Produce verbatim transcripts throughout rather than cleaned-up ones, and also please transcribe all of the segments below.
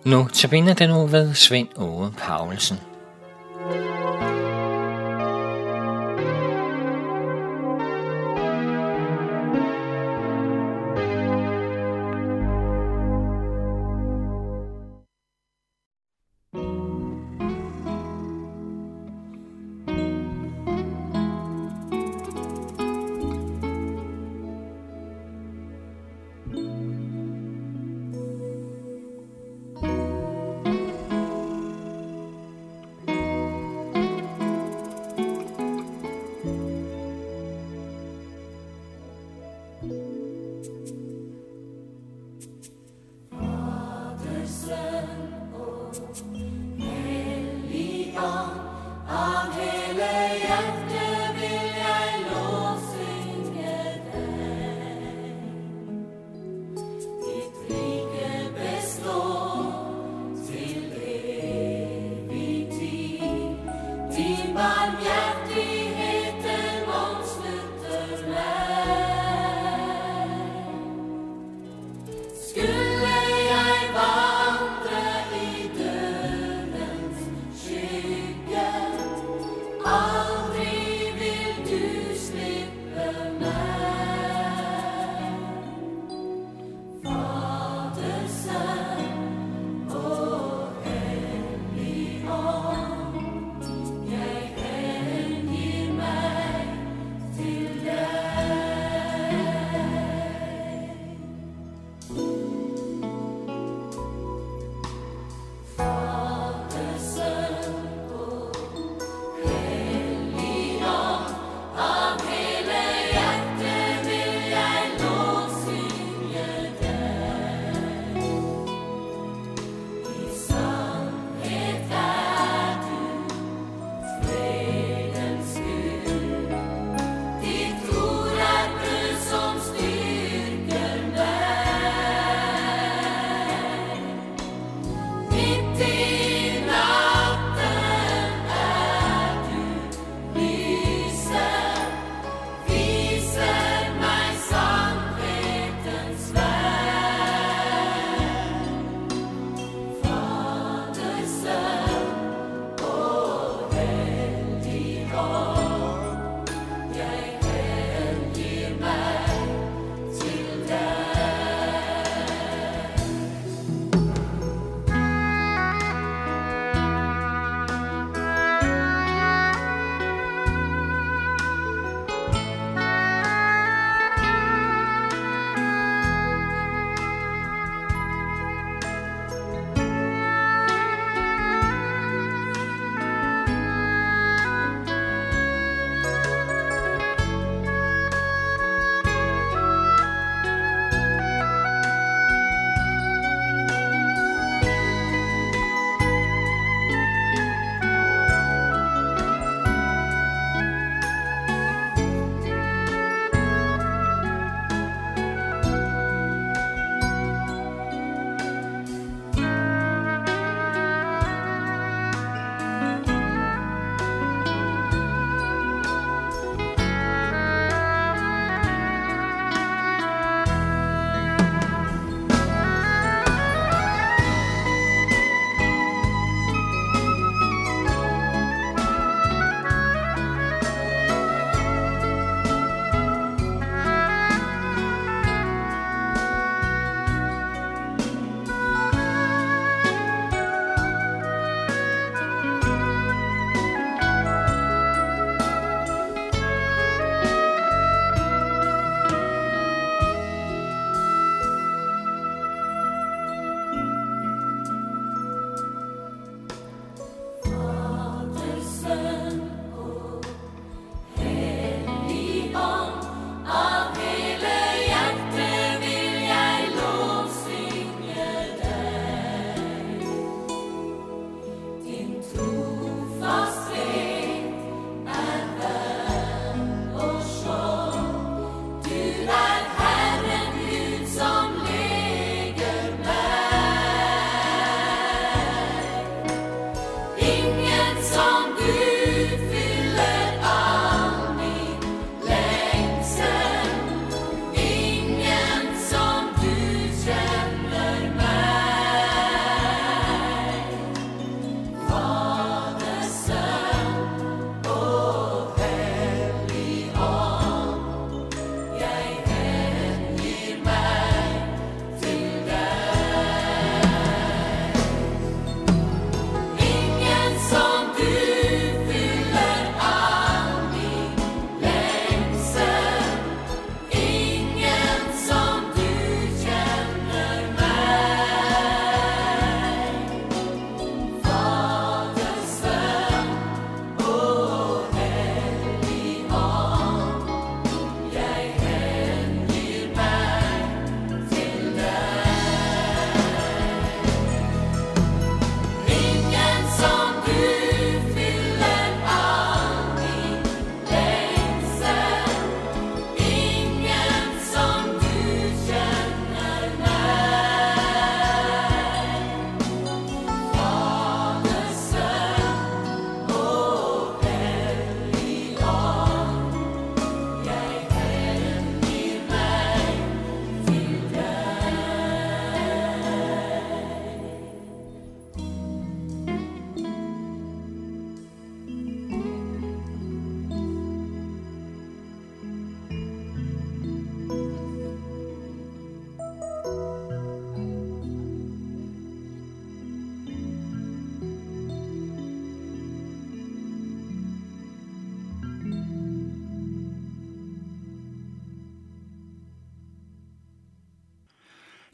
Nu tabiner den nu ved Svend Åge Paulsen.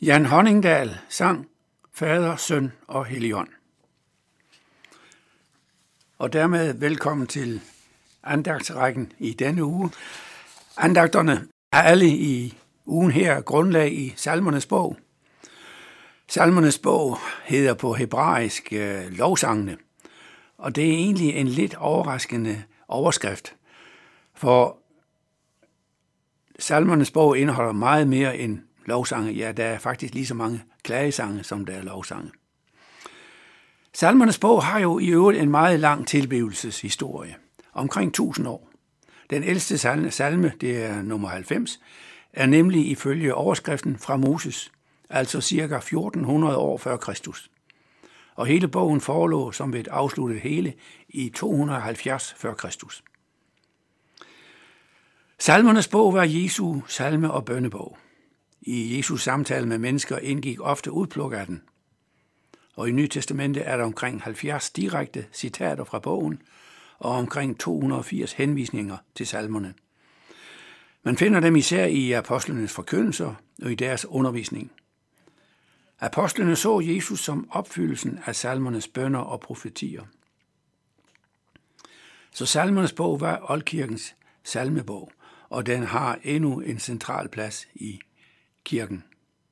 Jan Honningdal sang Fader, Søn og Helligånd. Og dermed velkommen til andagtsrækken i denne uge. Andagterne er alle i ugen her grundlag i Salmernes bog. Salmernes bog hedder på hebraisk øh, lovsangene, og det er egentlig en lidt overraskende overskrift, for Salmernes bog indeholder meget mere end lovsange. Ja, der er faktisk lige så mange klagesange, som der er lovsange. Salmernes bog har jo i øvrigt en meget lang tilblivelseshistorie, omkring tusind år. Den ældste salme, det er nummer halvfems, er nemlig ifølge overskriften fra Moses, altså cirka fjorten hundrede år før Kristus. Og hele bogen forelå som et afsluttet hele i to hundrede og halvfjerds før Kristus. Salmernes bog var Jesu salme- og bønnebog. I Jesus samtale med mennesker indgik ofte udpluk af den. Og i Nye Testamente er der omkring halvfjerds direkte citater fra bogen og omkring to hundrede og firs henvisninger til salmerne. Man finder dem især i apostlenes forkyndelser og i deres undervisning. Apostlene så Jesus som opfyldelsen af salmernes bønner og profetier. Så salmernes bog var oldkirkens salmebog, og den har endnu en central plads i kirken.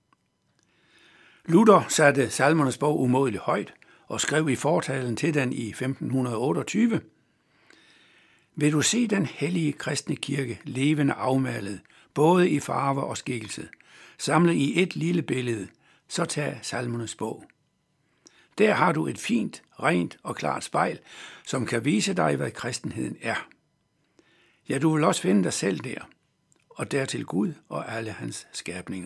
Luther satte salmernes bog umådeligt højt og skrev i fortalen til den i femten otteogtyve: Vil du se den hellige kristne kirke levende afmalet, både i farve og skikkelse, samlet i et lille billede, så tag salmernes bog. Der har du et fint, rent og klart spejl, som kan vise dig, hvad kristenheden er. Ja, du vil også finde dig selv der, og dertil Gud og alle hans skabninger.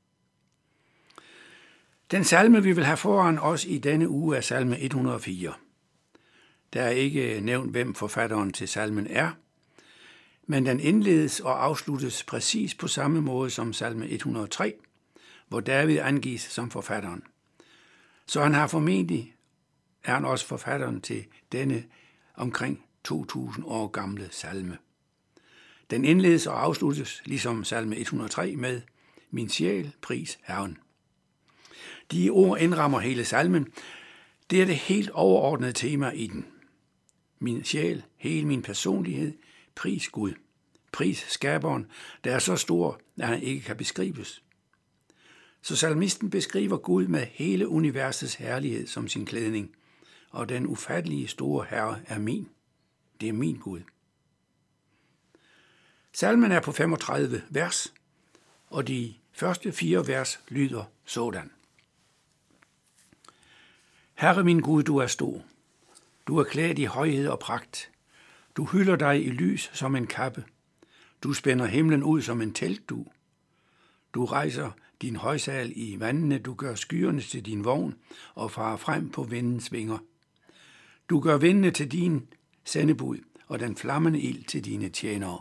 Den salme, vi vil have foran os i denne uge, er salme et hundrede og fire. Der er ikke nævnt, hvem forfatteren til salmen er, men den indledes og afsluttes præcis på samme måde som salme et hundrede og tre, hvor David angives som forfatteren. Så han har formentlig, er han også forfatteren til denne omkring to tusind år gamle salme. Den indledes og afsluttes, ligesom salme et hundrede og tre, med Min sjæl, pris Herren. De ord indrammer hele salmen. Det er det helt overordnede tema i den. Min sjæl, hele min personlighed, pris Gud. Pris skaberen, der er så stor, at han ikke kan beskrives. Så salmisten beskriver Gud med hele universets herlighed som sin klædning, og den ufattelige store Herre er min. Det er min Gud. Salmen er på femogtredive vers, og de første fire vers lyder sådan. Herre min Gud, du er stor. Du er klædt i højhed og pragt. Du hylder dig i lys som en kappe. Du spænder himlen ud som en teltdug. Du rejser din højsal i vandene, du gør skyerne til din vogn og farer frem på vindens vinger. Du gør vindene til din sendebud og den flammende ild til dine tjenere.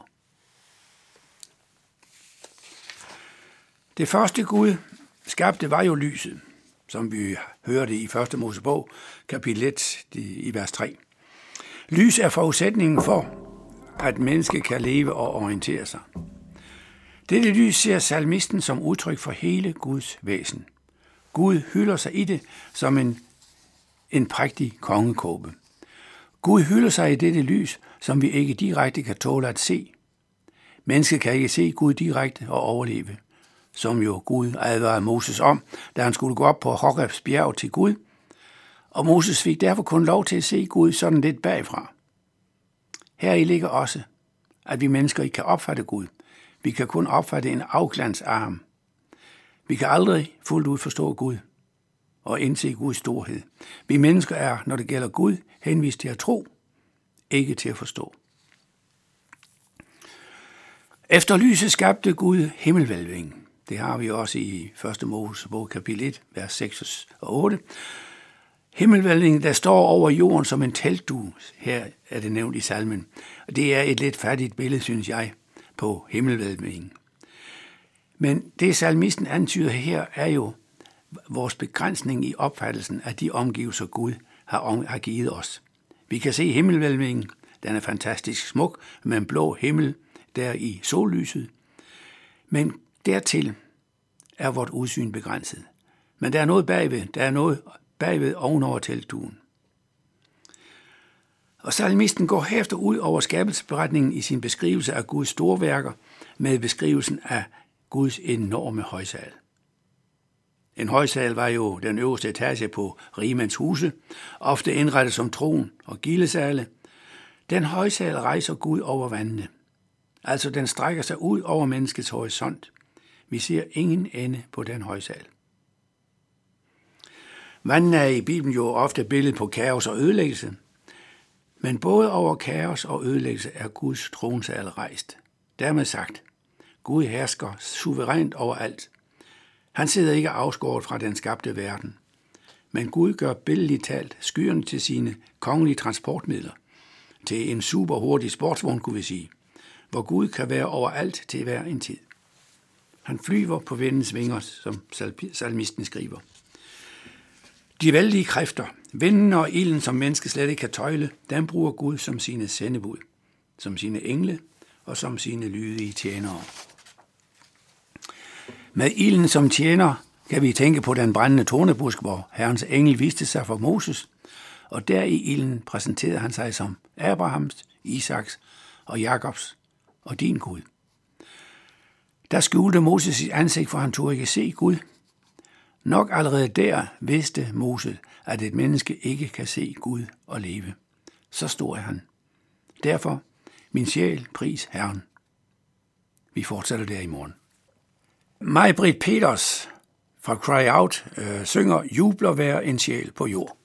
Det første Gud skabte var jo lyset, som vi hørte i første Mosebog, kapitel et, i vers tre. Lys er forudsætningen for, at mennesket kan leve og orientere sig. Dette lys ser salmisten som udtryk for hele Guds væsen. Gud hylder sig i det som en, en prægtig kongekåbe. Gud hylder sig i dette lys, som vi ikke direkte kan tåle at se. Mennesket kan ikke se Gud direkte og overleve, som jo Gud advarede Moses om, da han skulle gå op på Horebs bjerg til Gud, og Moses fik derfor kun lov til at se Gud sådan lidt bagfra. Heri ligger også, at vi mennesker ikke kan opfatte Gud. Vi kan kun opfatte en afglans af ham. Vi kan aldrig fuldt ud forstå Gud og indse Guds storhed. Vi mennesker er, når det gælder Gud, henvist til at tro, ikke til at forstå. Efter lyset skabte Gud himmelvælvingen. Det har vi også i første Mosebog kapitel et, vers seks og otte. Himmelvælvingen, der står over jorden som en teltdug, her er det nævnt i salmen. Det er et lidt fattigt billede, synes jeg, på himmelvælvingen. Men det salmisten antyder her, er jo vores begrænsning i opfattelsen af de omgivelser, Gud har, om, har givet os. Vi kan se himmelvælvingen, den er fantastisk smuk, med en blå himmel der i sollyset. Men dertil er vort udsyn begrænset. Men der er noget bagved, der er noget bagved ovenover teltduen. Og salmisten går herefter ud over skabelsesberetningen i sin beskrivelse af Guds storværker med beskrivelsen af Guds enorme højsal. En højsal var jo den øverste etage på rigmands huse, ofte indrettet som tron og gildesale. Den højsal rejser Gud over vandene. Altså den strækker sig ud over menneskets horisont. Vi ser ingen ende på den højsal. Vandene er i Bibelen jo ofte billedet på kaos og ødelæggelse. Men både over kaos og ødelæggelse er Guds tronsal rejst. Dermed sagt, Gud hersker suverænt over alt. Han sidder ikke afskåret fra den skabte verden. Men Gud gør billedligt talt skyerne til sine kongelige transportmidler. Til en super hurtig sportsvogn, kunne vi sige. Hvor Gud kan være overalt til hver en tid. Han flyver på vindens vinger, som salmisten skriver. De vældige kræfter, vinden og ilden, som mennesket slet ikke kan tøjle, dem bruger Gud som sine sendebud, som sine engle og som sine lydige tjenere. Med ilden som tjener kan vi tænke på den brændende tornebusk, hvor Herrens engel viste sig for Moses, og der i ilden præsenterede han sig som Abrahams, Isaks og Jakobs og din Gud. Der skjulte Moses sit ansigt, for han turde ikke se Gud. Nok allerede der vidste Moses, at et menneske ikke kan se Gud og leve. Så stor er han. Derfor, min sjæl, pris Herren. Vi fortsætter der i morgen. Maj-Britt Peters fra Cry Out øh, synger Jubler hver en sjæl på jord.